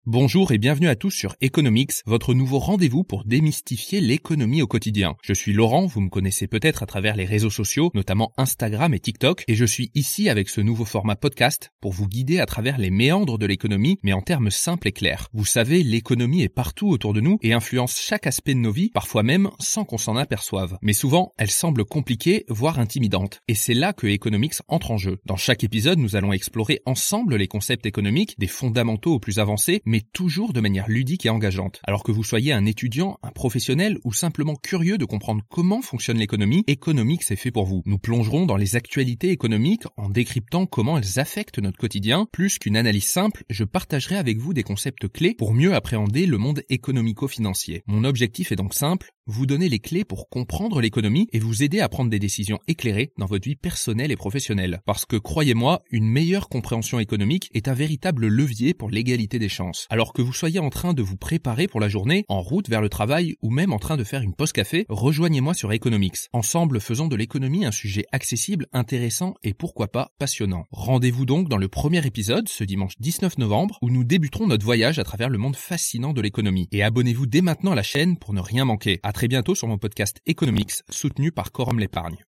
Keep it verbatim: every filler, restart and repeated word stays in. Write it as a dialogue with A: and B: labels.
A: Bonjour et bienvenue à tous sur Economics, votre nouveau rendez-vous pour démystifier l'économie au quotidien. Je suis Laurent, vous me connaissez peut-être à travers les réseaux sociaux, notamment Instagram et TikTok, et je suis ici avec ce nouveau format podcast pour vous guider à travers les méandres de l'économie, mais en termes simples et clairs. Vous savez, l'économie est partout autour de nous et influence chaque aspect de nos vies, parfois même sans qu'on s'en aperçoive. Mais souvent, elle semble compliquée, voire intimidante. Et c'est là que Economics entre en jeu. Dans chaque épisode, nous allons explorer ensemble les concepts économiques, des fondamentaux aux plus avancés, mais toujours de manière ludique et engageante. Alors que vous soyez un étudiant, un professionnel ou simplement curieux de comprendre comment fonctionne l'économie, Economics est fait pour vous. Nous plongerons dans les actualités économiques en décryptant comment elles affectent notre quotidien. Plus qu'une analyse simple, je partagerai avec vous des concepts clés pour mieux appréhender le monde économico-financier. Mon objectif est donc simple, vous donner les clés pour comprendre l'économie et vous aider à prendre des décisions éclairées dans votre vie personnelle et professionnelle. Parce que croyez-moi, une meilleure compréhension économique est un véritable levier pour l'égalité des chances. Alors que vous soyez en train de vous préparer pour la journée, en route vers le travail ou même en train de faire une pause café, rejoignez-moi sur Economics. Ensemble, faisons de l'économie un sujet accessible, intéressant et pourquoi pas passionnant. Rendez-vous donc dans le premier épisode, ce dimanche dix-neuf novembre, où nous débuterons notre voyage à travers le monde fascinant de l'économie. Et abonnez-vous dès maintenant à la chaîne pour ne rien manquer. À très bientôt sur mon podcast Economics, soutenu par Quorum l'épargne.